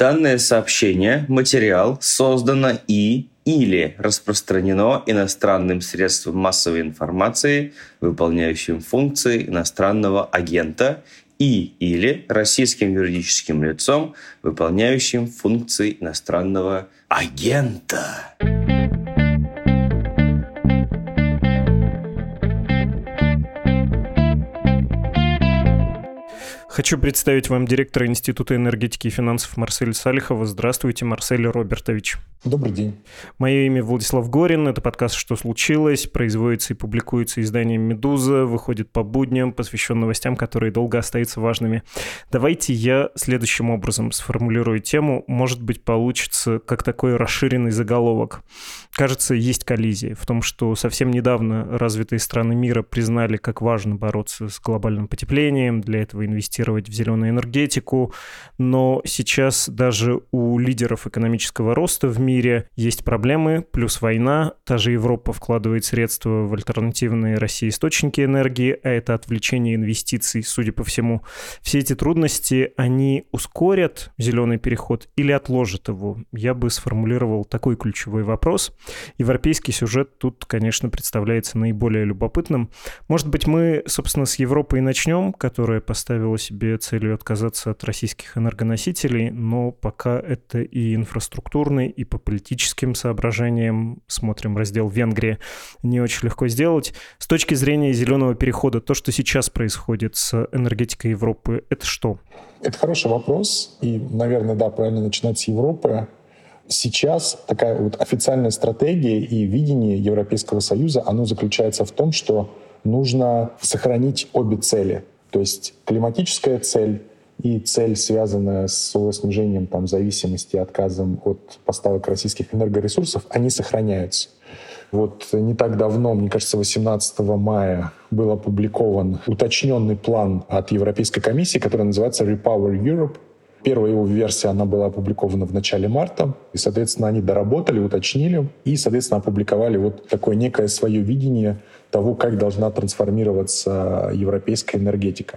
Данное сообщение, материал создано или распространено иностранным средством массовой информации, выполняющим функции иностранного агента, или российским юридическим лицом, выполняющим функции иностранного агента. Хочу представить вам директора Института энергетики и финансов Марселя Салихова. Здравствуйте, Марсель Робертович. Добрый день. Мое имя Владислав Горин. Это подкаст «Что случилось?». Производится и публикуется изданием «Медуза». Выходит по будням, посвящен новостям, которые долго остаются важными. Давайте я следующим образом сформулирую тему. Может быть, получится как такой расширенный заголовок. Кажется, есть коллизия в том, что совсем недавно развитые страны мира признали, как важно бороться с глобальным потеплением, для этого инвестировать в зеленую энергетику, но сейчас даже у лидеров экономического роста в мире есть проблемы, плюс война, та же Европа вкладывает средства в альтернативные России источники энергии, а это отвлечение инвестиций, судя по всему. Все эти трудности, они ускорят зеленый переход или отложат его? Я бы сформулировал такой ключевой вопрос. Европейский сюжет тут, конечно, представляется наиболее любопытным. Может быть, мы, собственно, с Европы и начнем, которая поставила себе целью отказаться от российских энергоносителей, но пока это и инфраструктурный, и по политическим соображениям, смотрим раздел Венгрии, не очень легко сделать. С точки зрения зеленого перехода, то, что сейчас происходит с энергетикой Европы, это что? Это хороший вопрос, и, наверное, да, правильно начинать с Европы. Сейчас такая вот официальная стратегия и видение Европейского Союза, оно заключается в том, что нужно сохранить обе цели. То есть климатическая цель и цель, связанная с снижением зависимости и отказом от поставок российских энергоресурсов, они сохраняются. Вот не так давно, мне кажется, 18 мая был опубликован уточненный план от Европейской комиссии, который называется Repower Europe. Первая его версия, она была опубликована в начале марта, и, соответственно, они доработали, уточнили и, соответственно, опубликовали вот такое некое свое видение того, как должна трансформироваться европейская энергетика.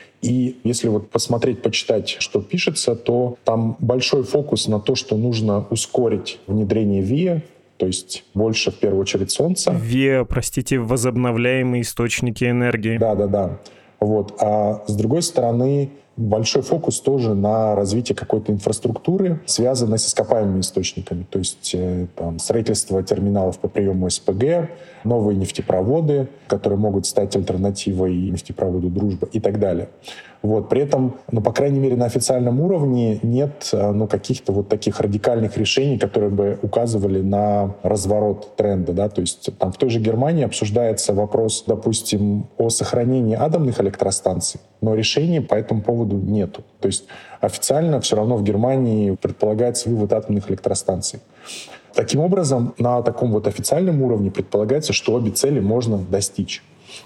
И если вот посмотреть, почитать, что пишется, то там большой фокус на то, что нужно ускорить внедрение ВИА, то есть больше, в первую очередь, солнца. ВИА, простите, возобновляемые источники энергии. Да. Вот. А с другой стороны, большой фокус тоже на развитие какой-то инфраструктуры, связанной с ископаемыми источниками. То есть строительство терминалов по приему СПГ, новые нефтепроводы, которые могут стать альтернативой нефтепроводу «Дружба» и так далее. Вот. При этом, по крайней мере, на официальном уровне нет каких-то вот таких радикальных решений, которые бы указывали на разворот тренда. Да? То есть в той же Германии обсуждается вопрос, допустим, о сохранении атомных электростанций, но решений по этому поводу нету. То есть официально все равно в Германии предполагается вывод атомных электростанций. Таким образом, на таком вот официальном уровне предполагается, что обе цели можно достичь.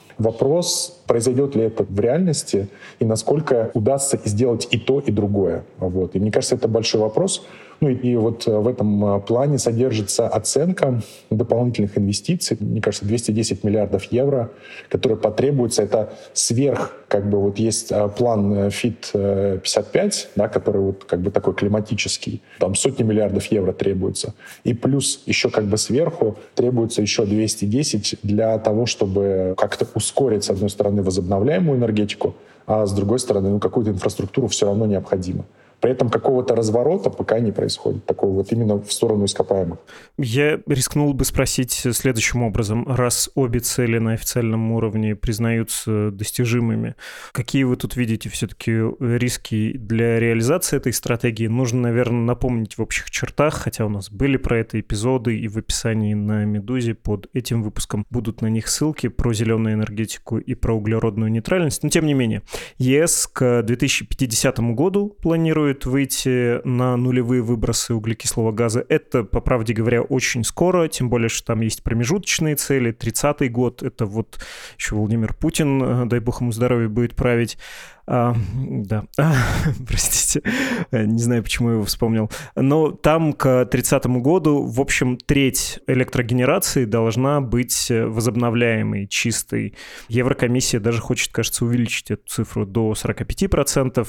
Вопрос, произойдет ли это в реальности и насколько удастся сделать и то, и другое. Вот. И мне кажется, это большой вопрос. И вот в этом плане содержится оценка дополнительных инвестиций, мне кажется, 210 миллиардов евро, которые потребуются. Это сверх, есть план Fit 55, да, который такой климатический, там сотни миллиардов евро требуется. И плюс еще сверху требуется еще 210 для того, чтобы как-то ускорить, с одной стороны, возобновляемую энергетику, а с другой стороны, какую-то инфраструктуру все равно необходимо. При этом какого-то разворота пока не происходит, такого вот именно в сторону ископаемых. Я рискнул бы спросить следующим образом. Раз обе цели на официальном уровне признаются достижимыми, какие вы тут видите все-таки риски для реализации этой стратегии? Нужно, наверное, напомнить в общих чертах, хотя у нас были про это эпизоды, и в описании на «Медузе» под этим выпуском будут на них ссылки про зеленую энергетику и про углеродную нейтральность. Но тем не менее, ЕС к 2050 году планирует выйти на нулевые выбросы углекислого газа. Это, по правде говоря, очень скоро, тем более, что там есть промежуточные цели. 30-й год, это вот еще Владимир Путин, дай бог ему здоровья, будет править. Да, простите, не знаю, почему я его вспомнил. Но там к 30 году, в общем, треть электрогенерации должна быть возобновляемой, чистой. Еврокомиссия даже хочет, кажется, увеличить эту цифру до 45%,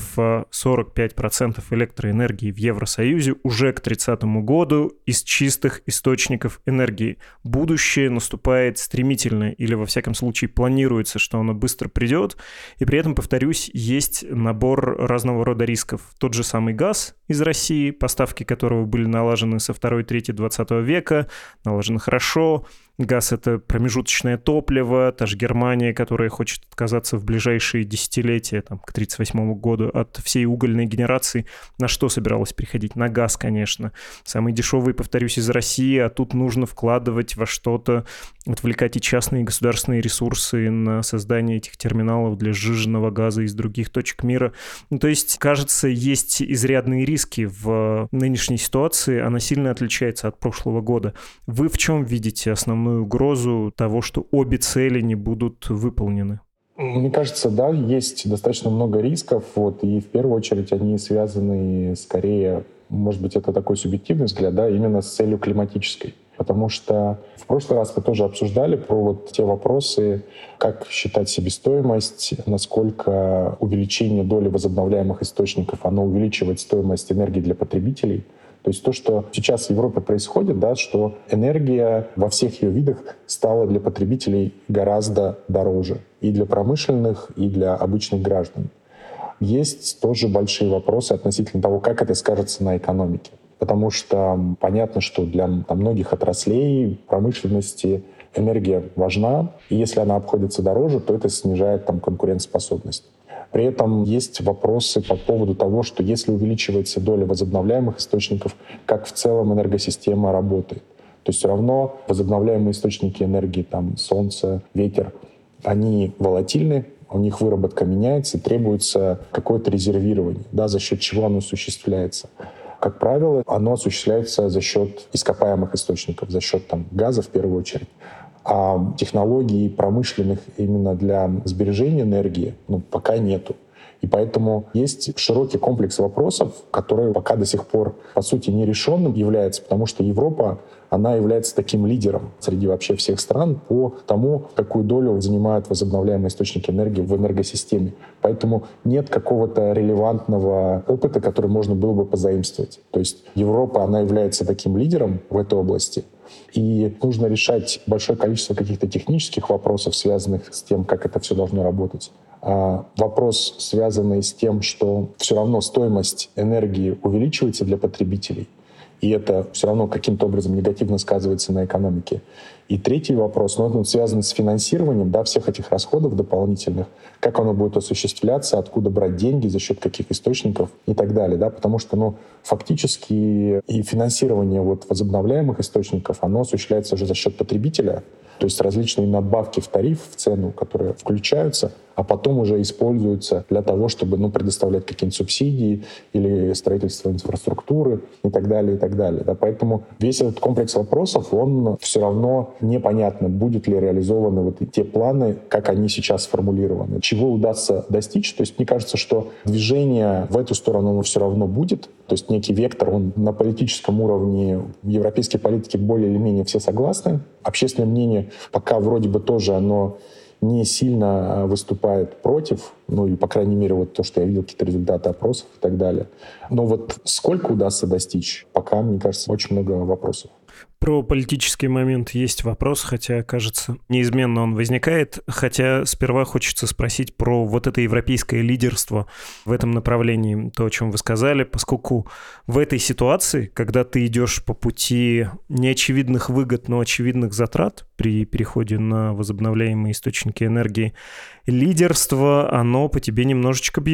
45% электроэнергии в Евросоюзе уже к 30 году из чистых источников энергии. Будущее наступает стремительно, или, во всяком случае, планируется, что оно быстро придет. И при этом, повторюсь, есть набор разного рода рисков. Тот же самый газ из России, поставки которого были налажены со второй трети 20 века, налажены хорошо. Газ — это промежуточное топливо. Та же Германия, которая хочет отказаться в ближайшие десятилетия, там, к 1938 году, от всей угольной генерации. На что собиралась переходить? На газ, конечно. Самый дешевый, повторюсь, из России, а тут нужно вкладывать во что-то, отвлекать и частные, и государственные ресурсы на создание этих терминалов для сжиженного газа из других точек мира. Ну, то есть, кажется, есть изрядные риски в нынешней ситуации. Она сильно отличается от прошлого года. Вы в чем видите основную угрозу того, что обе цели не будут выполнены? Мне кажется, да, есть достаточно много рисков, и в первую очередь они связаны скорее, может быть, это такой субъективный взгляд, да, именно с целью климатической. Потому что в прошлый раз мы тоже обсуждали про те вопросы, как считать себестоимость, насколько увеличение доли возобновляемых источников, оно увеличивает стоимость энергии для потребителей. То есть то, что сейчас в Европе происходит, да, что энергия во всех ее видах стала для потребителей гораздо дороже. И для промышленных, и для обычных граждан. Есть тоже большие вопросы относительно того, как это скажется на экономике. Потому что понятно, что для многих отраслей промышленности энергия важна. И если она обходится дороже, то это снижает конкурентоспособность. При этом есть вопросы по поводу того, что если увеличивается доля возобновляемых источников, как в целом энергосистема работает. То есть все равно возобновляемые источники энергии, солнце, ветер, они волатильны, у них выработка меняется, требуется какое-то резервирование, да, за счет чего оно осуществляется. Как правило, оно осуществляется за счет ископаемых источников, за счет газа в первую очередь. А технологий промышленных именно для сбережения энергии пока нету. И поэтому есть широкий комплекс вопросов, которые пока до сих пор, по сути, нерешенным является, потому что Европа, она является таким лидером среди вообще всех стран по тому, какую долю занимают возобновляемые источники энергии в энергосистеме. Поэтому нет какого-то релевантного опыта, который можно было бы позаимствовать. То есть Европа, она является таким лидером в этой области. И нужно решать большое количество каких-то технических вопросов, связанных с тем, как это все должно работать. А вопрос, связанный с тем, что все равно стоимость энергии увеличивается для потребителей, и это все равно каким-то образом негативно сказывается на экономике. И третий вопрос, он связан с финансированием, да, всех этих расходов дополнительных, как оно будет осуществляться, откуда брать деньги, за счет каких источников и так далее. Да, потому что фактически и финансирование возобновляемых источников, оно осуществляется уже за счет потребителя, то есть различные надбавки в тариф, в цену, которые включаются, а потом уже используются для того, чтобы предоставлять какие-нибудь субсидии или строительство инфраструктуры и так далее, и так далее. Да. Поэтому весь этот комплекс вопросов, он все равно непонятно, будут ли реализованы те планы, как они сейчас сформулированы. Чего удастся достичь? То есть мне кажется, что движение в эту сторону оно все равно будет. То есть некий вектор, он на политическом уровне, в европейской политике более или менее все согласны. Общественное мнение пока вроде бы тоже оно не сильно выступает против, или, по крайней мере, то, что я видел, какие-то результаты опросов и так далее. Но сколько удастся достичь, пока, мне кажется, очень много вопросов. Про политический момент есть вопрос, хотя, кажется, неизменно он возникает. Хотя сперва хочется спросить про это европейское лидерство в этом направлении, то, о чем вы сказали, поскольку в этой ситуации, когда ты идешь по пути неочевидных выгод, но очевидных затрат при переходе на возобновляемые источники энергии, лидерство, оно по тебе немножечко бьет.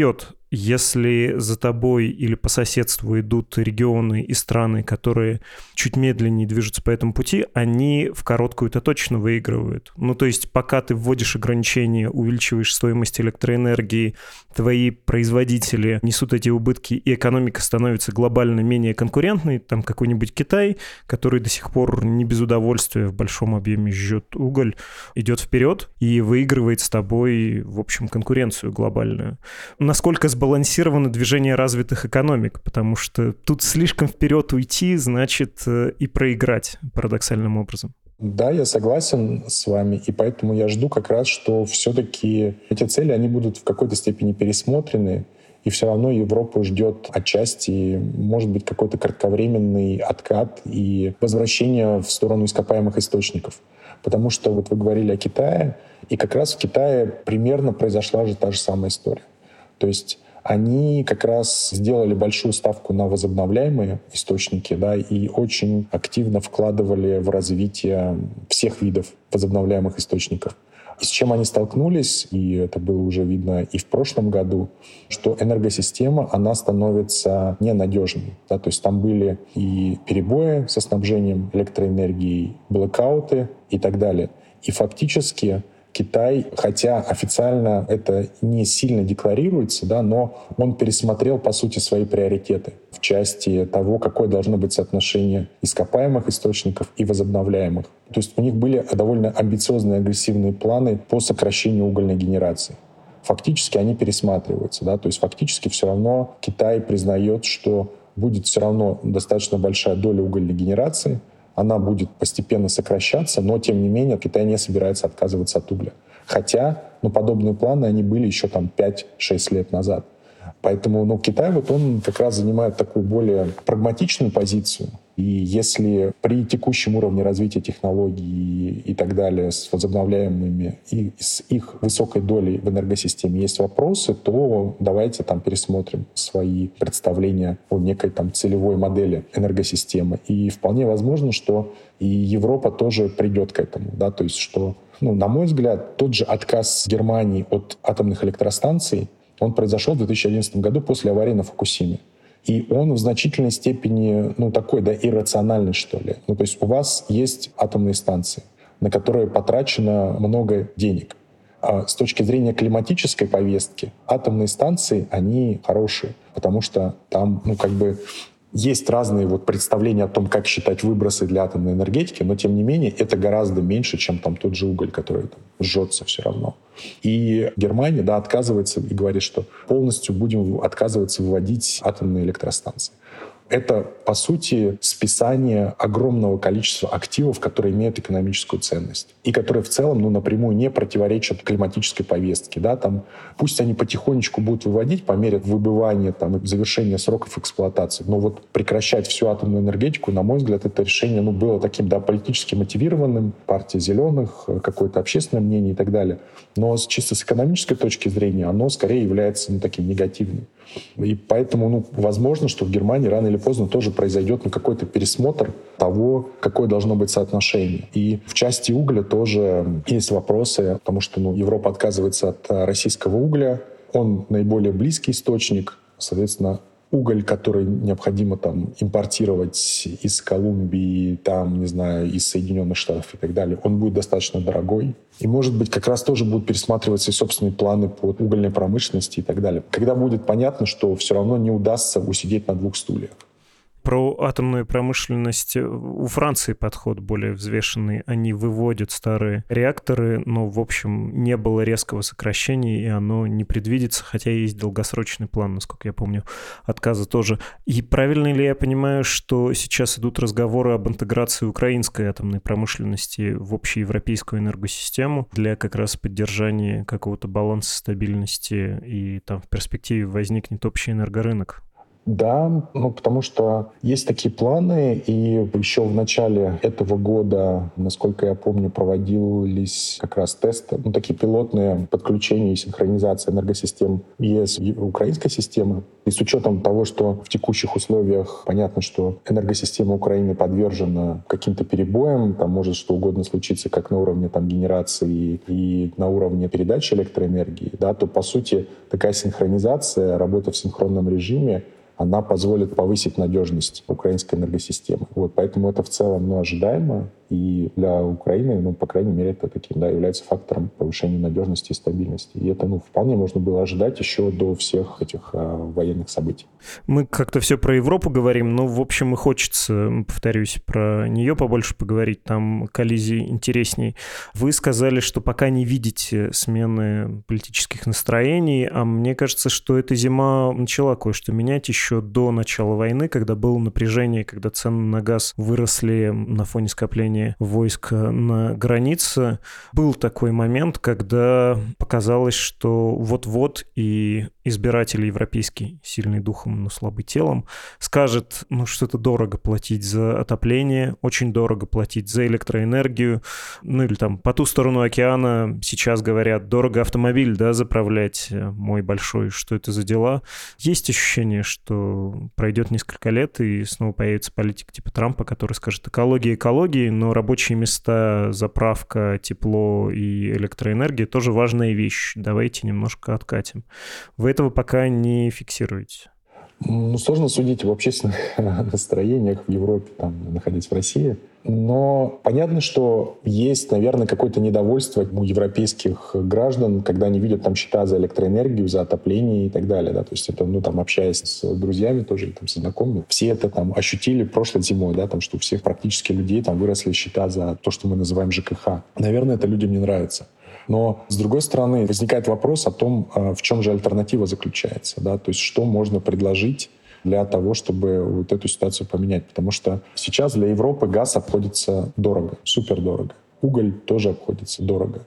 если за тобой или по соседству идут регионы и страны, которые чуть медленнее движутся по этому пути, они в короткую-то точно выигрывают. Ну, то есть пока ты вводишь ограничения, увеличиваешь стоимость электроэнергии, твои производители несут эти убытки, и экономика становится глобально менее конкурентной, там какой-нибудь Китай, который до сих пор не без удовольствия в большом объеме жжет уголь, идет вперед и выигрывает с тобой, в общем, конкуренцию глобальную. Насколько сбалансировано движение развитых экономик, потому что тут слишком вперед уйти, значит и проиграть парадоксальным образом. Да, я согласен с вами, и поэтому я жду как раз, что все-таки эти цели, они будут в какой-то степени пересмотрены, и все равно Европу ждет отчасти, может быть, какой-то кратковременный откат и возвращение в сторону ископаемых источников. Потому что вот вы говорили о Китае, и как раз в Китае примерно произошла же та же самая история. То есть они как раз сделали большую ставку на возобновляемые источники, да, и очень активно вкладывали в развитие всех видов возобновляемых источников. И с чем они столкнулись, и это было уже видно и в прошлом году, что энергосистема, она становится ненадежной. Да, то есть там были и перебои со снабжением электроэнергией, блэкауты и так далее. И фактически Китай, хотя официально это не сильно декларируется, да, но он пересмотрел, по сути, свои приоритеты в части того, какое должно быть соотношение ископаемых источников и возобновляемых. То есть у них были довольно амбициозные, агрессивные планы по сокращению угольной генерации. Фактически они пересматриваются. Да, то есть фактически все равно Китай признает, что будет все равно достаточно большая доля угольной генерации, она будет постепенно сокращаться, но, тем не менее, Китай не собирается отказываться от угля. Хотя, подобные планы, они были еще там 5-6 лет назад. Поэтому, Китай, вот он как раз занимает такую более прагматичную позицию. И если при текущем уровне развития технологий и так далее с возобновляемыми и с их высокой долей в энергосистеме есть вопросы, то давайте там пересмотрим свои представления о некой там целевой модели энергосистемы. И вполне возможно, что и Европа тоже придет к этому. Да? То есть, что, на мой взгляд, тот же отказ Германии от атомных электростанций, он произошел в 2011 году после аварии на Фукусиме. И он в значительной степени, такой, иррациональный, что ли. То есть у вас есть атомные станции, на которые потрачено много денег. А с точки зрения климатической повестки, атомные станции, они хорошие, потому что там, есть разные представления о том, как считать выбросы для атомной энергетики, но, тем не менее, это гораздо меньше, чем там тот же уголь, который жжется все равно. И Германия, отказывается и говорит, что полностью будем отказываться выводить атомные электростанции. Это, по сути, списание огромного количества активов, которые имеют экономическую ценность и которые в целом напрямую не противоречат климатической повестке. Да? Там, пусть они потихонечку будут выводить по мере выбывания и завершения сроков эксплуатации. Но прекращать всю атомную энергетику, на мой взгляд, это решение было таким политически мотивированным, партия зеленых, какое-то общественное мнение и так далее. Но чисто с экономической точки зрения оно скорее является таким негативным. И поэтому, возможно, что в Германии рано или поздно тоже произойдет какой-то пересмотр того, какое должно быть соотношение. И в части угля тоже есть вопросы, потому что Европа отказывается от российского угля. Он наиболее близкий источник, соответственно, уголь, который необходимо импортировать из Колумбии, из Соединенных Штатов и так далее, он будет достаточно дорогой. И, может быть, как раз тоже будут пересматриваться и собственные планы по угольной промышленности и так далее. Когда будет понятно, что все равно не удастся усидеть на двух стульях. Про атомную промышленность у Франции подход более взвешенный. Они выводят старые реакторы, но, в общем, не было резкого сокращения, и оно не предвидится, хотя есть долгосрочный план, насколько я помню, отказа тоже. И правильно ли я понимаю, что сейчас идут разговоры об интеграции украинской атомной промышленности в общеевропейскую энергосистему для как раз поддержания какого-то баланса стабильности, и там в перспективе возникнет общий энергорынок? Да, потому что есть такие планы, и еще в начале этого года, насколько я помню, проводились как раз тесты, такие пилотные подключения и синхронизация энергосистем ЕС и украинской системы. И с учетом того, что в текущих условиях понятно, что энергосистема Украины подвержена каким-то перебоям, там может что угодно случиться как на уровне генерации и на уровне передачи электроэнергии, да, то по сути такая синхронизация, работа в синхронном режиме, она позволит повысить надежность украинской энергосистемы. Поэтому это в целом ожидаемо. И для Украины, по крайней мере, это таким, является фактором повышения надежности и стабильности. И это, вполне можно было ожидать еще до всех этих военных событий. Мы как-то все про Европу говорим, но, в общем, и хочется, повторюсь, про нее побольше поговорить. Там коллизии интересней. Вы сказали, что пока не видите смены политических настроений, а мне кажется, что эта зима начала кое-что менять еще до начала войны, когда было напряжение, когда цены на газ выросли на фоне скопления войск на границе. Был такой момент, когда показалось, что вот-вот и избиратель европейский, сильный духом, но слабый телом, скажет, что это дорого платить за отопление, очень дорого платить за электроэнергию, или по ту сторону океана сейчас говорят, дорого автомобиль, заправлять мой большой, что это за дела. Есть ощущение, что пройдет несколько лет и снова появится политик типа Трампа, который скажет экология экологии, но рабочие места, заправка, тепло и электроэнергия тоже важная вещь. Давайте немножко откатим. Вы этого пока не фиксируете? Сложно судить об общественных настроениях в Европе, находясь в России. Но понятно, что есть, наверное, какое-то недовольство у европейских граждан, когда они видят счета за электроэнергию, за отопление и так далее. Да? То есть это, общаясь с друзьями тоже, или со знакомыми, все это ощутили прошлой зимой, что у всех практически людей выросли счета за то, что мы называем ЖКХ. Наверное, это людям не нравится. Но, с другой стороны, возникает вопрос о том, в чем же альтернатива заключается. Да? То есть что можно предложить для того, чтобы эту ситуацию поменять. Потому что сейчас для Европы газ обходится дорого, супердорого. Уголь тоже обходится дорого.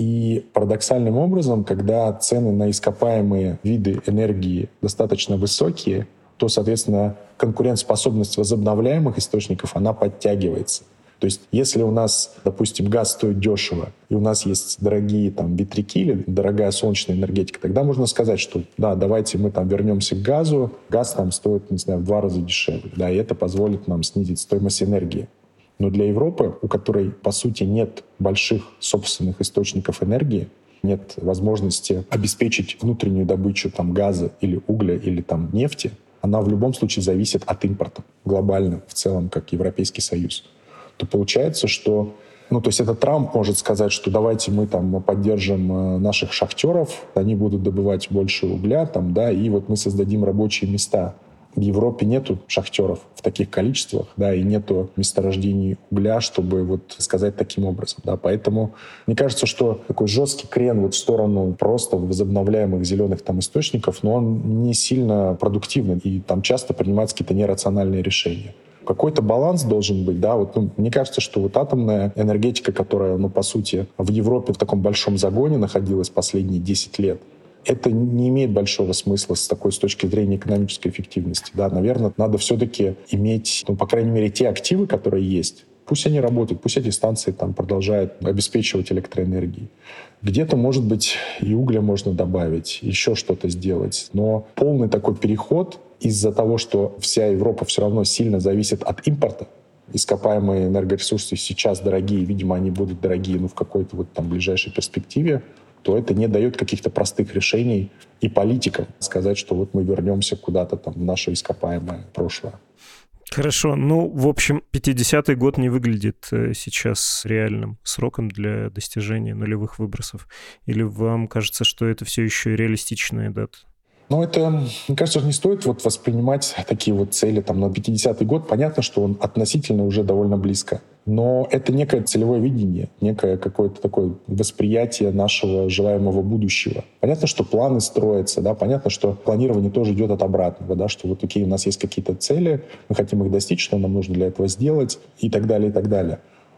И парадоксальным образом, когда цены на ископаемые виды энергии достаточно высокие, то, соответственно, конкурентоспособность возобновляемых источников, она подтягивается. То есть если у нас, допустим, газ стоит дешево, и у нас есть дорогие ветряки или дорогая солнечная энергетика, тогда можно сказать, что да, давайте мы вернемся к газу, газ стоит, в 2 раза дешевле, и это позволит нам снизить стоимость энергии. Но для Европы, у которой, по сути, нет больших собственных источников энергии, нет возможности обеспечить внутреннюю добычу газа или угля или нефти, она в любом случае зависит от импорта глобально, в целом, как Европейский Союз. То получается, что то есть это Трамп может сказать, что давайте мы поддержим наших шахтеров, они будут добывать больше угля, и мы создадим рабочие места. В Европе нету шахтеров в таких количествах, и нету месторождений угля, чтобы сказать таким образом. Поэтому мне кажется, что такой жесткий крен в сторону просто возобновляемых зеленых источников, но он не сильно продуктивный, и часто принимаются какие-то нерациональные решения. Какой-то баланс должен быть, мне кажется, что атомная энергетика, которая, по сути, в Европе в таком большом загоне находилась последние 10 лет, это не имеет большого смысла с точки зрения экономической эффективности. Наверное, надо все-таки иметь, по крайней мере, те активы, которые есть. Пусть они работают, пусть эти станции продолжают обеспечивать электроэнергией. Где-то, может быть, и угля можно добавить, еще что-то сделать. Но полный такой переход из-за того, что вся Европа все равно сильно зависит от импорта, ископаемые энергоресурсы сейчас дорогие, видимо, они будут дорогие в какой-то ближайшей перспективе, то это не дает каких-то простых решений и политикам сказать, что мы вернемся куда-то в наше ископаемое прошлое. Хорошо. В общем, 50-й год не выглядит сейчас реальным сроком для достижения нулевых выбросов. Или вам кажется, что это все еще реалистичная дата? Это, мне кажется, не стоит воспринимать такие цели на 50-й год. Понятно, что он относительно уже довольно близко. Но это некое целевое видение, некое какое-то такое восприятие нашего желаемого будущего. Понятно, что планы строятся, понятно, что планирование тоже идет от обратного, что окей, у нас есть какие-то цели, мы хотим их достичь, что нам нужно для этого сделать и так далее, и так далее.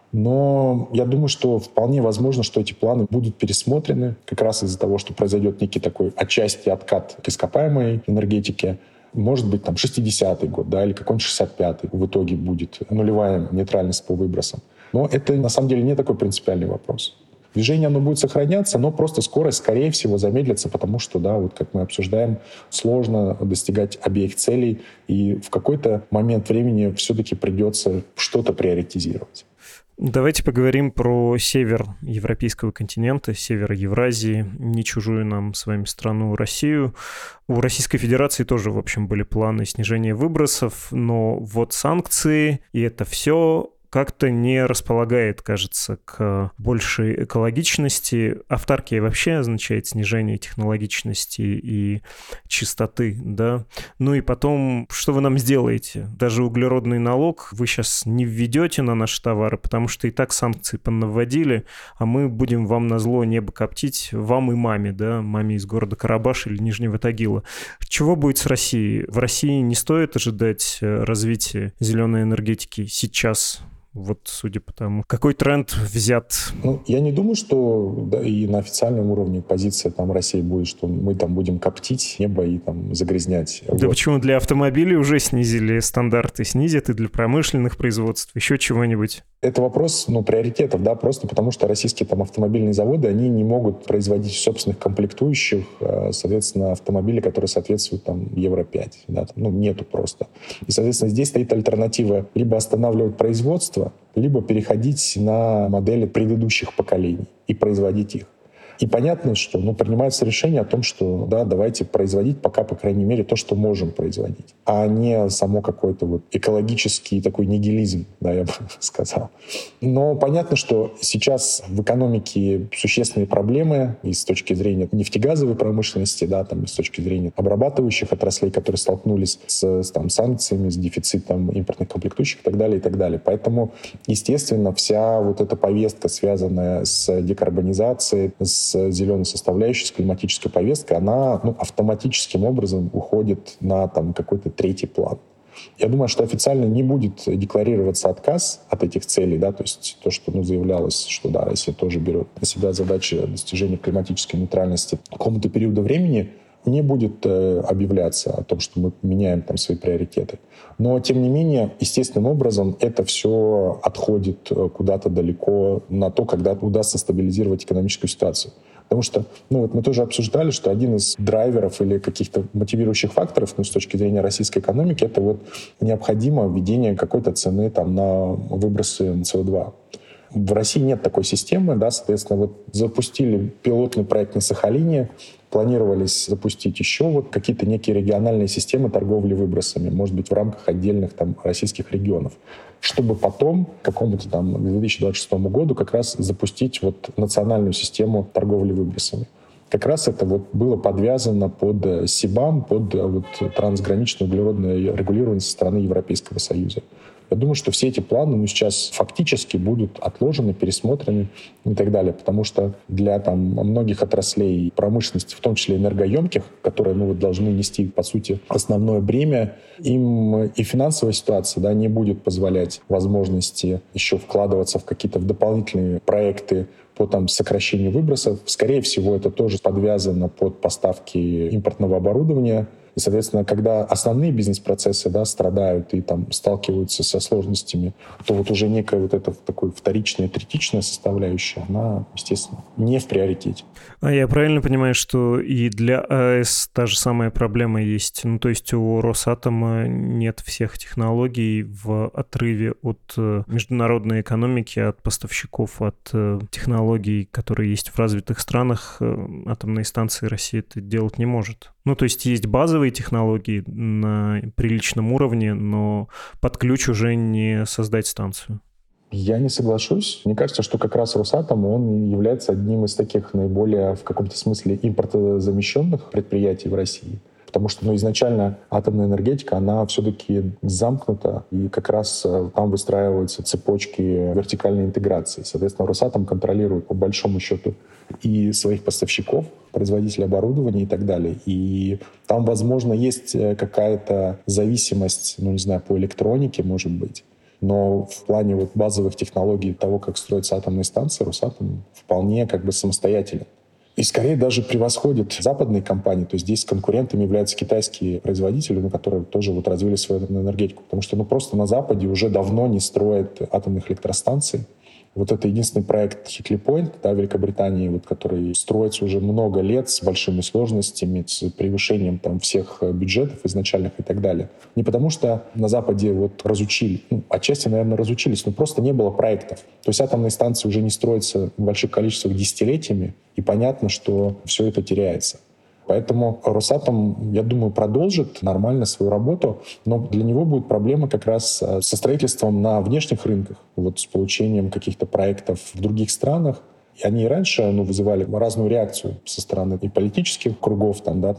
Но я думаю, что вполне возможно, что эти планы будут пересмотрены как раз из-за того, что произойдет некий такой отчасти откат к ископаемой энергетике. Может быть, там 60-й год, да, или какой-нибудь 65-й в итоге будет нулевая нейтральность по выбросам. Но это на самом деле не такой принципиальный вопрос. Движение, оно будет сохраняться, но просто скорость, скорее всего, замедлится, потому что, да, вот как мы обсуждаем, сложно достигать обеих целей, и в какой-то момент времени все-таки придется что-то приоритизировать. Давайте поговорим про север европейского континента, север Евразии, не чужую нам с вами страну Россию. У Российской Федерации тоже, в общем, были планы снижения выбросов, но вот санкции и это все как-то не располагает, кажется, к большей экологичности. Автаркия вообще означает снижение технологичности и чистоты, да. Ну и потом, что вы нам сделаете? Даже углеродный налог вы сейчас не введете на наши товары, потому что и так санкции понаводили, а мы будем вам назло небо коптить, вам и маме, да, маме из города Карабаш или Нижнего Тагила. Чего будет с Россией? В России не стоит ожидать развития зеленой энергетики сейчас? Вот судя по тому, какой тренд взят. Ну, я не думаю, что да, и на официальном уровне позиция там России будет, что мы там будем коптить небо и там загрязнять. Да вот. Почему для автомобилей уже снизили стандарты, снизят и для промышленных производств, еще чего-нибудь? Это вопрос, приоритетов, да, просто потому что российские там автомобильные заводы, они не могут производить собственных комплектующих, соответственно, автомобили, которые соответствуют там Евро-5, да, нету просто. И, соответственно, здесь стоит альтернатива либо останавливать производство, либо переходить на модели предыдущих поколений и производить их. И понятно, что принимается решение о том, что да, давайте производить пока, по крайней мере, то, что можем производить, а не само какой-то вот экологический такой нигилизм, да, я бы сказал. Но понятно, что сейчас в экономике существенные проблемы и с точки зрения нефтегазовой промышленности, да, там, и с точки зрения обрабатывающих отраслей, которые столкнулись с санкциями, с дефицитом импортных комплектующих и так далее, и так далее. Поэтому, естественно, вся вот эта повестка, связанная с декарбонизацией, с зеленой составляющей, с климатической повесткой, она автоматическим образом уходит на там, какой-то третий план. Я думаю, что официально не будет декларироваться отказ от этих целей, да, то есть то, что заявлялось, что да, Россия тоже берет на себя задачи достижения климатической нейтральности к какому-то периоду времени, не будет объявляться о том, что мы меняем там свои приоритеты. Но, тем не менее, естественным образом это все отходит куда-то далеко на то, когда удастся стабилизировать экономическую ситуацию. Потому что мы тоже обсуждали, что один из драйверов или каких-то мотивирующих факторов с точки зрения российской экономики это вот необходимо введение какой-то цены там, на выбросы СО2. В России нет такой системы, да, соответственно, вот запустили пилотный проект на Сахалине, планировались запустить еще какие-то некие региональные системы торговли выбросами, может быть, в рамках отдельных там российских регионов, чтобы потом к какому-то там 2026 году как раз запустить национальную систему торговли выбросами. Как раз это было подвязано под СИБАМ, под трансграничное углеродное регулирование со стороны Европейского Союза. Я думаю, что все эти планы сейчас фактически будут отложены, пересмотрены и так далее, потому что для многих отраслей промышленности, в том числе энергоемких, которые должны нести, по сути, основное бремя, им и финансовая ситуация не будет позволять возможности еще вкладываться в какие-то дополнительные проекты по сокращению выбросов. Скорее всего, это тоже подвязано под поставки импортного оборудования. И, соответственно, когда основные бизнес-процессы страдают и сталкиваются со сложностями, то уже некая эта такая вторичная, третичная составляющая, она, естественно, не в приоритете. А я правильно понимаю, что и для АЭС та же самая проблема есть? То есть у Росатома нет всех технологий в отрыве от международной экономики, от поставщиков, от технологий, которые есть в развитых странах. Атомные станции России это делать не может. То есть есть базовые технологии на приличном уровне, но под ключ уже не создать станцию. Я не соглашусь. Мне кажется, что как раз Росатом, он является одним из таких наиболее, в каком-то смысле, импортозамещенных предприятий в России. Потому что изначально атомная энергетика, она все-таки замкнута, и как раз там выстраиваются цепочки вертикальной интеграции. Соответственно, Росатом контролирует по большому счету и своих поставщиков, производителей оборудования и так далее. И там, возможно, есть какая-то зависимость, по электронике, может быть. Но в плане базовых технологий того, как строятся атомные станции, Росатом вполне самостоятелен. И скорее даже превосходит западные компании. То есть здесь конкурентами являются китайские производители, которые тоже вот развили свою атомную энергетику. Потому что просто на Западе уже давно не строят атомных электростанций. Вот это единственный проект Hinkley Point, да, в Великобритании, вот, который строится уже много лет с большими сложностями, с превышением там всех бюджетов изначальных и так далее. Не потому что на Западе вот разучили, отчасти, наверное, разучились, но просто не было проектов. То есть атомные станции уже не строятся в больших количествах десятилетиями, и понятно, что все это теряется. Поэтому Росатом, я думаю, продолжит нормально свою работу, но для него будет проблема как раз со строительством на внешних рынках, вот с получением каких-то проектов в других странах. И они и раньше вызывали разную реакцию со стороны и политических кругов,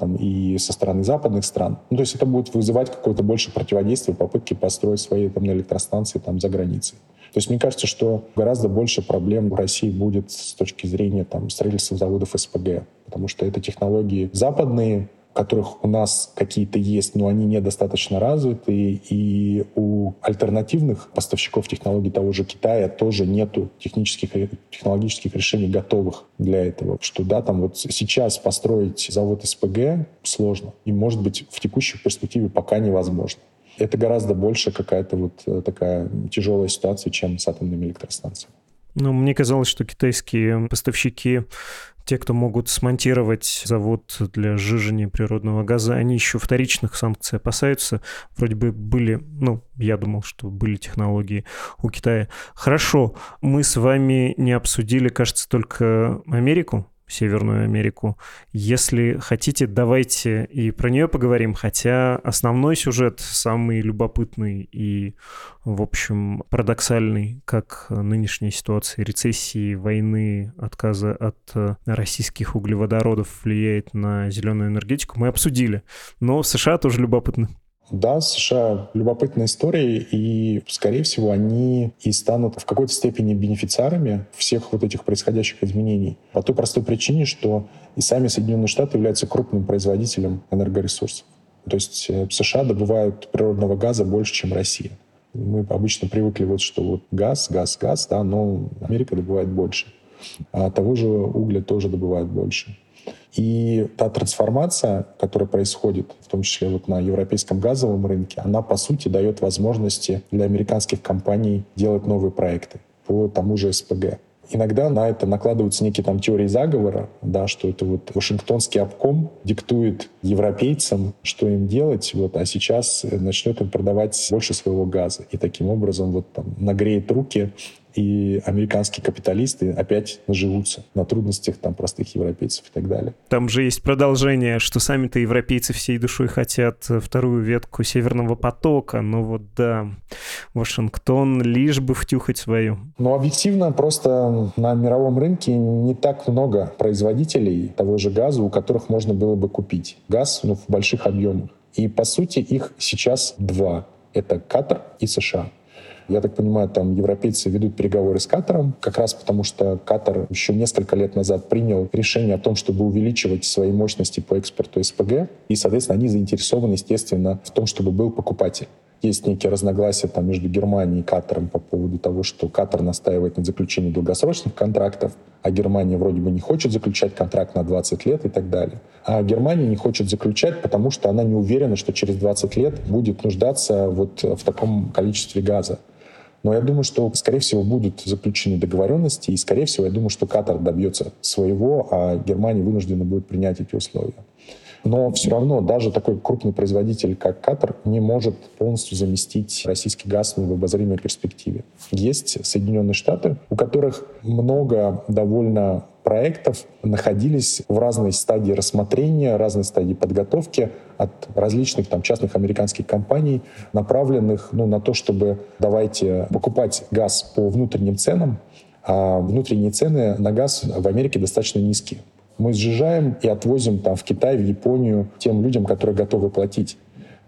и со стороны западных стран. То есть это будет вызывать какое-то больше противодействие, попытки построить свои электростанции за границей. То есть мне кажется, что гораздо больше проблем в России будет с точки зрения строительства заводов СПГ, потому что это технологии западные, которых у нас какие-то есть, но они недостаточно развиты, и у альтернативных поставщиков технологий того же Китая тоже нету технологических решений готовых для этого. Что сейчас построить завод СПГ сложно, и, может быть, в текущей перспективе пока невозможно. Это гораздо больше какая-то такая тяжелая ситуация, чем с атомными электростанциями. Мне казалось, что китайские поставщики, те, кто могут смонтировать завод для сжижения природного газа, они еще вторичных санкций опасаются. Вроде бы были, я думал, что были технологии у Китая. Хорошо, мы с вами не обсудили, кажется, только Америку, Северную Америку. Если хотите, давайте и про нее поговорим, хотя основной сюжет самый любопытный и, в общем, парадоксальный, как нынешняя ситуация рецессии, войны, отказа от российских углеводородов влияет на зеленую энергетику, мы обсудили. Но США тоже любопытны. Да, США любопытная история, и, скорее всего, они и станут в какой-то степени бенефициарами всех этих происходящих изменений. По той простой причине, что и сами Соединенные Штаты являются крупным производителем энергоресурсов. То есть США добывают природного газа больше, чем Россия. Мы обычно привыкли, что газ, да, но Америка добывает больше. А того же угля тоже добывают больше. И та трансформация, которая происходит, в том числе на европейском газовом рынке, она, по сути, дает возможности для американских компаний делать новые проекты по тому же СПГ. Иногда на это накладываются некие теории заговора, да, что это Вашингтонский обком диктует европейцам, что им делать, а сейчас начнет им продавать больше своего газа. И таким образом нагреет руки, и американские капиталисты опять наживутся на трудностях простых европейцев и так далее. Там же есть продолжение, что сами-то европейцы всей душой хотят вторую ветку Северного потока, но да, Вашингтон лишь бы втюхать свою. Но объективно просто на мировом рынке не так много производителей того же газа, у которых можно было бы купить газ в больших объемах. И по сути их сейчас два. Это Катар и США. Я так понимаю, европейцы ведут переговоры с Катаром, как раз потому что Катар еще несколько лет назад принял решение о том, чтобы увеличивать свои мощности по экспорту СПГ. И, соответственно, они заинтересованы, естественно, в том, чтобы был покупатель. Есть некие разногласия между Германией и Катаром по поводу того, что Катар настаивает на заключении долгосрочных контрактов, а Германия вроде бы не хочет заключать контракт на 20 лет и так далее. А Германия не хочет заключать, потому что она не уверена, что через 20 лет будет нуждаться в таком количестве газа. Но я думаю, что, скорее всего, будут заключены договоренности, и, скорее всего, я думаю, что Катар добьется своего, а Германия вынуждена будет принять эти условия. Но все равно даже такой крупный производитель, как Катар, не может полностью заместить российский газ в обозримой перспективе. Есть Соединенные Штаты, у которых много довольно проектов находились в разной стадии рассмотрения, разной стадии подготовки от различных частных американских компаний, направленных на то, чтобы давайте покупать газ по внутренним ценам, а внутренние цены на газ в Америке достаточно низкие. Мы сжижаем и отвозим в Китай, в Японию тем людям, которые готовы платить.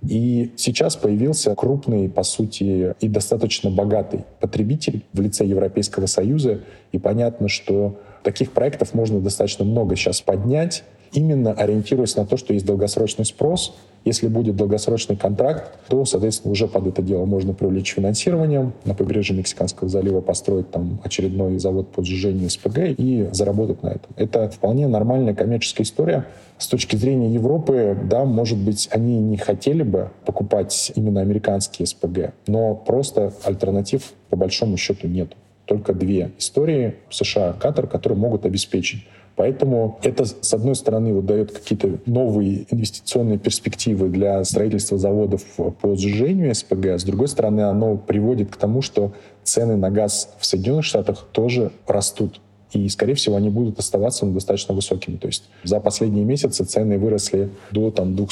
И сейчас появился крупный, по сути, и достаточно богатый потребитель в лице Европейского Союза. И понятно, что таких проектов можно достаточно много сейчас поднять. именно ориентируясь на то, что есть долгосрочный спрос. Если будет долгосрочный контракт, то, соответственно, уже под это дело можно привлечь финансированием, на побережье Мексиканского залива построить там очередной завод по сжижению СПГ и заработать на этом. Это вполне нормальная коммерческая история. С точки зрения Европы, да, может быть, они не хотели бы покупать именно американские СПГ, но просто альтернатив по большому счету нет. Только две истории — США и Катар, которые могут обеспечить. Поэтому это, с одной стороны, вот дает какие-то новые инвестиционные перспективы для строительства заводов по сжижению СПГ, а с другой стороны, оно приводит к тому, что цены на газ в Соединенных Штатах тоже растут. И, скорее всего, они будут оставаться достаточно высокими. То есть за последние месяцы цены выросли до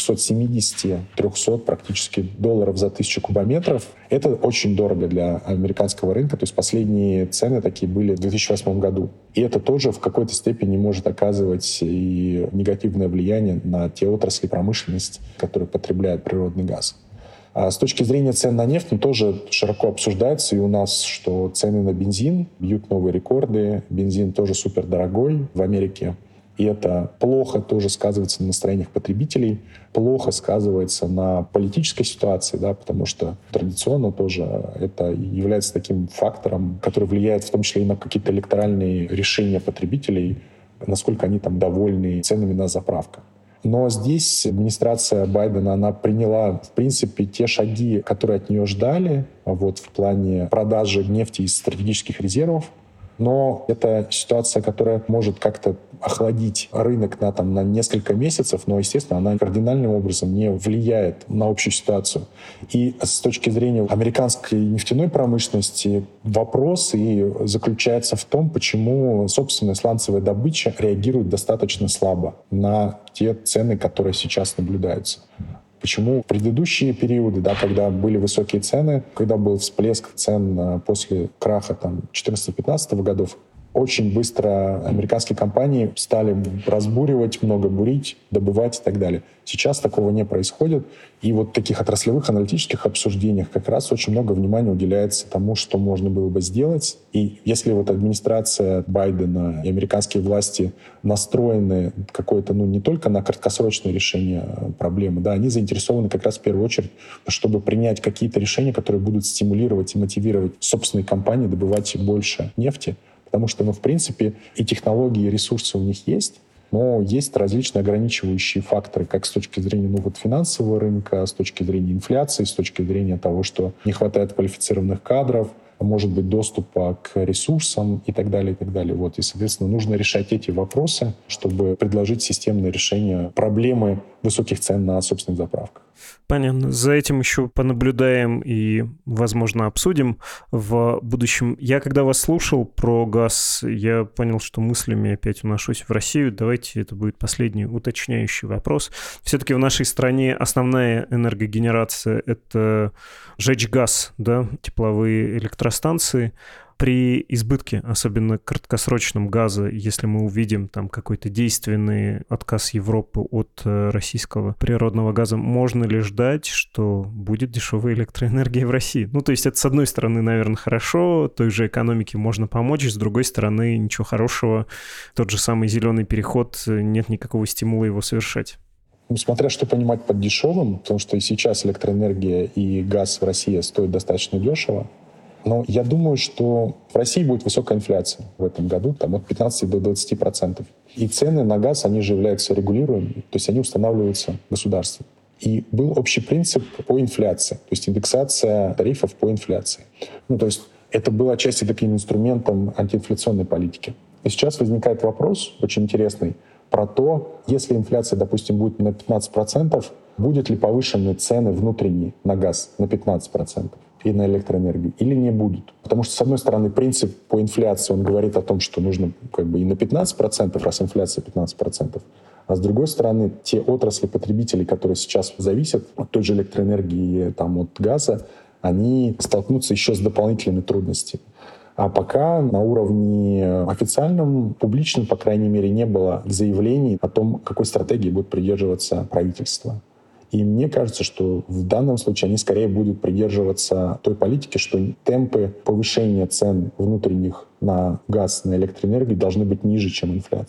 270-300 практически долларов за 1000 кубометров. Это очень дорого для американского рынка. То есть последние цены такие были в 2008 году. И это тоже в какой-то степени может оказывать и негативное влияние на те отрасли промышленности, которые потребляют природный газ. А с точки зрения цен на нефть, тоже широко обсуждается и у нас, что цены на бензин бьют новые рекорды. Бензин тоже супердорогой в Америке. И это плохо тоже сказывается на настроениях потребителей, плохо сказывается на политической ситуации, да, потому что традиционно тоже это является таким фактором, который влияет в том числе и на какие-то электоральные решения потребителей, насколько они там довольны ценами на заправках. Но здесь администрация Байдена, она приняла, в принципе, те шаги, которые от нее ждали, вот, в плане продажи нефти из стратегических резервов. Но это ситуация, которая может как-то охладить рынок на несколько месяцев, но, естественно, она кардинальным образом не влияет на общую ситуацию. И с точки зрения американской нефтяной промышленности вопрос и заключается в том, почему собственная сланцевая добыча реагирует достаточно слабо на те цены, которые сейчас наблюдаются. Почему в предыдущие периоды, да, когда были высокие цены, когда был всплеск цен после краха 14-15 годов, очень быстро американские компании стали разбуривать, много бурить, добывать и так далее. Сейчас такого не происходит. И вот в таких отраслевых аналитических обсуждениях как раз очень много внимания уделяется тому, что можно было бы сделать. И если вот администрация Байдена и американские власти настроены какое-то, не только на краткосрочное решение проблемы, да, они заинтересованы как раз в первую очередь, чтобы принять какие-то решения, которые будут стимулировать и мотивировать собственные компании добывать больше нефти. Потому что, в принципе, и технологии, и ресурсы у них есть, но есть различные ограничивающие факторы, как с точки зрения финансового рынка, с точки зрения инфляции, с точки зрения того, что не хватает квалифицированных кадров, может быть, доступа к ресурсам и так далее, и так далее. Вот. И, соответственно, нужно решать эти вопросы, чтобы предложить системное решение проблемы высоких цен на собственных заправках. Понятно. За этим еще понаблюдаем и, возможно, обсудим в будущем. Я, когда вас слушал про газ, я понял, что мыслями опять уношусь в Россию. Давайте, это будет последний уточняющий вопрос. Все-таки в нашей стране основная энергогенерация — это жечь газ, да, тепловые электростанции. При избытке, особенно краткосрочном газа, если мы увидим там какой-то действенный отказ Европы от российского природного газа, можно ли ждать, что будет дешевая электроэнергия в России? То есть это, с одной стороны, наверное, хорошо, той же экономике можно помочь, с другой стороны, ничего хорошего. Тот же самый зеленый переход, нет никакого стимула его совершать. Смотря что понимать под дешевым, потому что и сейчас электроэнергия и газ в России стоят достаточно дешево. Но я думаю, что в России будет высокая инфляция в этом году, от 15 до 20%. И цены на газ, они же являются регулируемыми, то есть они устанавливаются государством. И был общий принцип по инфляции, то есть индексация тарифов по инфляции. То есть это было отчасти таким инструментом антиинфляционной политики. И сейчас возникает вопрос очень интересный про то, если инфляция, допустим, будет на 15%, будут ли повышены цены внутренние на газ на 15%? И на электроэнергию, или не будут. Потому что, с одной стороны, принцип по инфляции, он говорит о том, что нужно и на 15%, раз инфляция 15%, а с другой стороны, те отрасли потребителей, которые сейчас зависят от той же электроэнергии, от газа, они столкнутся еще с дополнительными трудностями. А пока на уровне официальном, публичном, по крайней мере, не было заявлений о том, какой стратегии будет придерживаться правительство. И мне кажется, что в данном случае они скорее будут придерживаться той политики, что темпы повышения цен внутренних на газ, на электроэнергию должны быть ниже, чем инфляция.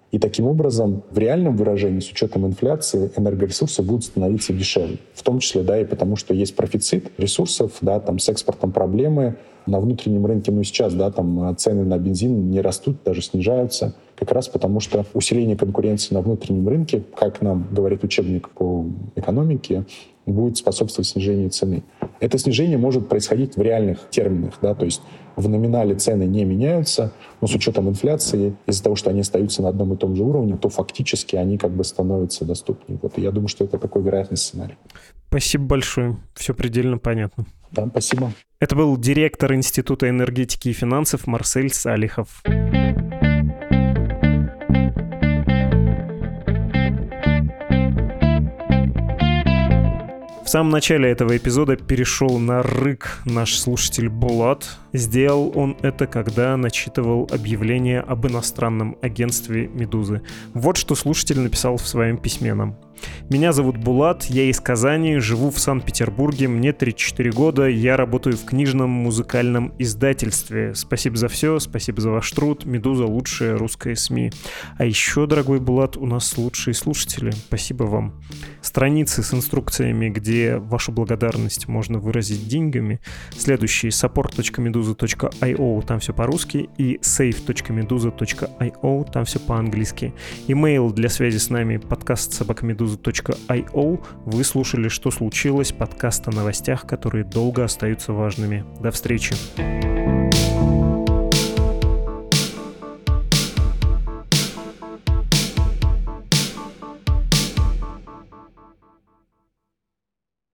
И таким образом, в реальном выражении, с учетом инфляции, энергоресурсы будут становиться дешевле. В том числе, да, и потому что есть профицит ресурсов, да, там с экспортом проблемы. На внутреннем рынке, ну, сейчас, да, там цены на бензин не растут, даже снижаются. Как раз потому, что усиление конкуренции на внутреннем рынке, как нам говорит учебник по экономике, будет способствовать снижению цены. Это снижение может происходить в реальных терминах, да, то есть в номинале цены не меняются, но с учетом инфляции, из-за того, что они остаются на одном и том же уровне, то фактически они как бы становятся доступнее. Вот, и я думаю, что это такой вероятный сценарий. Спасибо большое. Все предельно понятно. Да, спасибо. Это был директор Института энергетики и финансов Марсель Салихов. В самом начале этого эпизода перешел на рык наш слушатель Булат. Сделал он это, когда начитывал объявление об иностранном агентстве «Медузы». Вот что слушатель написал в своем письме нам. «Меня зовут Булат, я из Казани, живу в Санкт-Петербурге, мне 34 года, я работаю в книжном музыкальном издательстве. Спасибо за все, спасибо за ваш труд, «Медуза» — лучшая русская СМИ. А еще, дорогой Булат, у нас лучшие слушатели. Спасибо вам. Страницы с инструкциями, где вашу благодарность можно выразить деньгами, следующие: support.meduza.io, там все по-русски, и save.meduza.io, там все по-английски. Имейл для связи с нами: podcast@meduza.io. Вы слушали «Что случилось?» — подкаст о новостях, которые долго остаются важными. До встречи.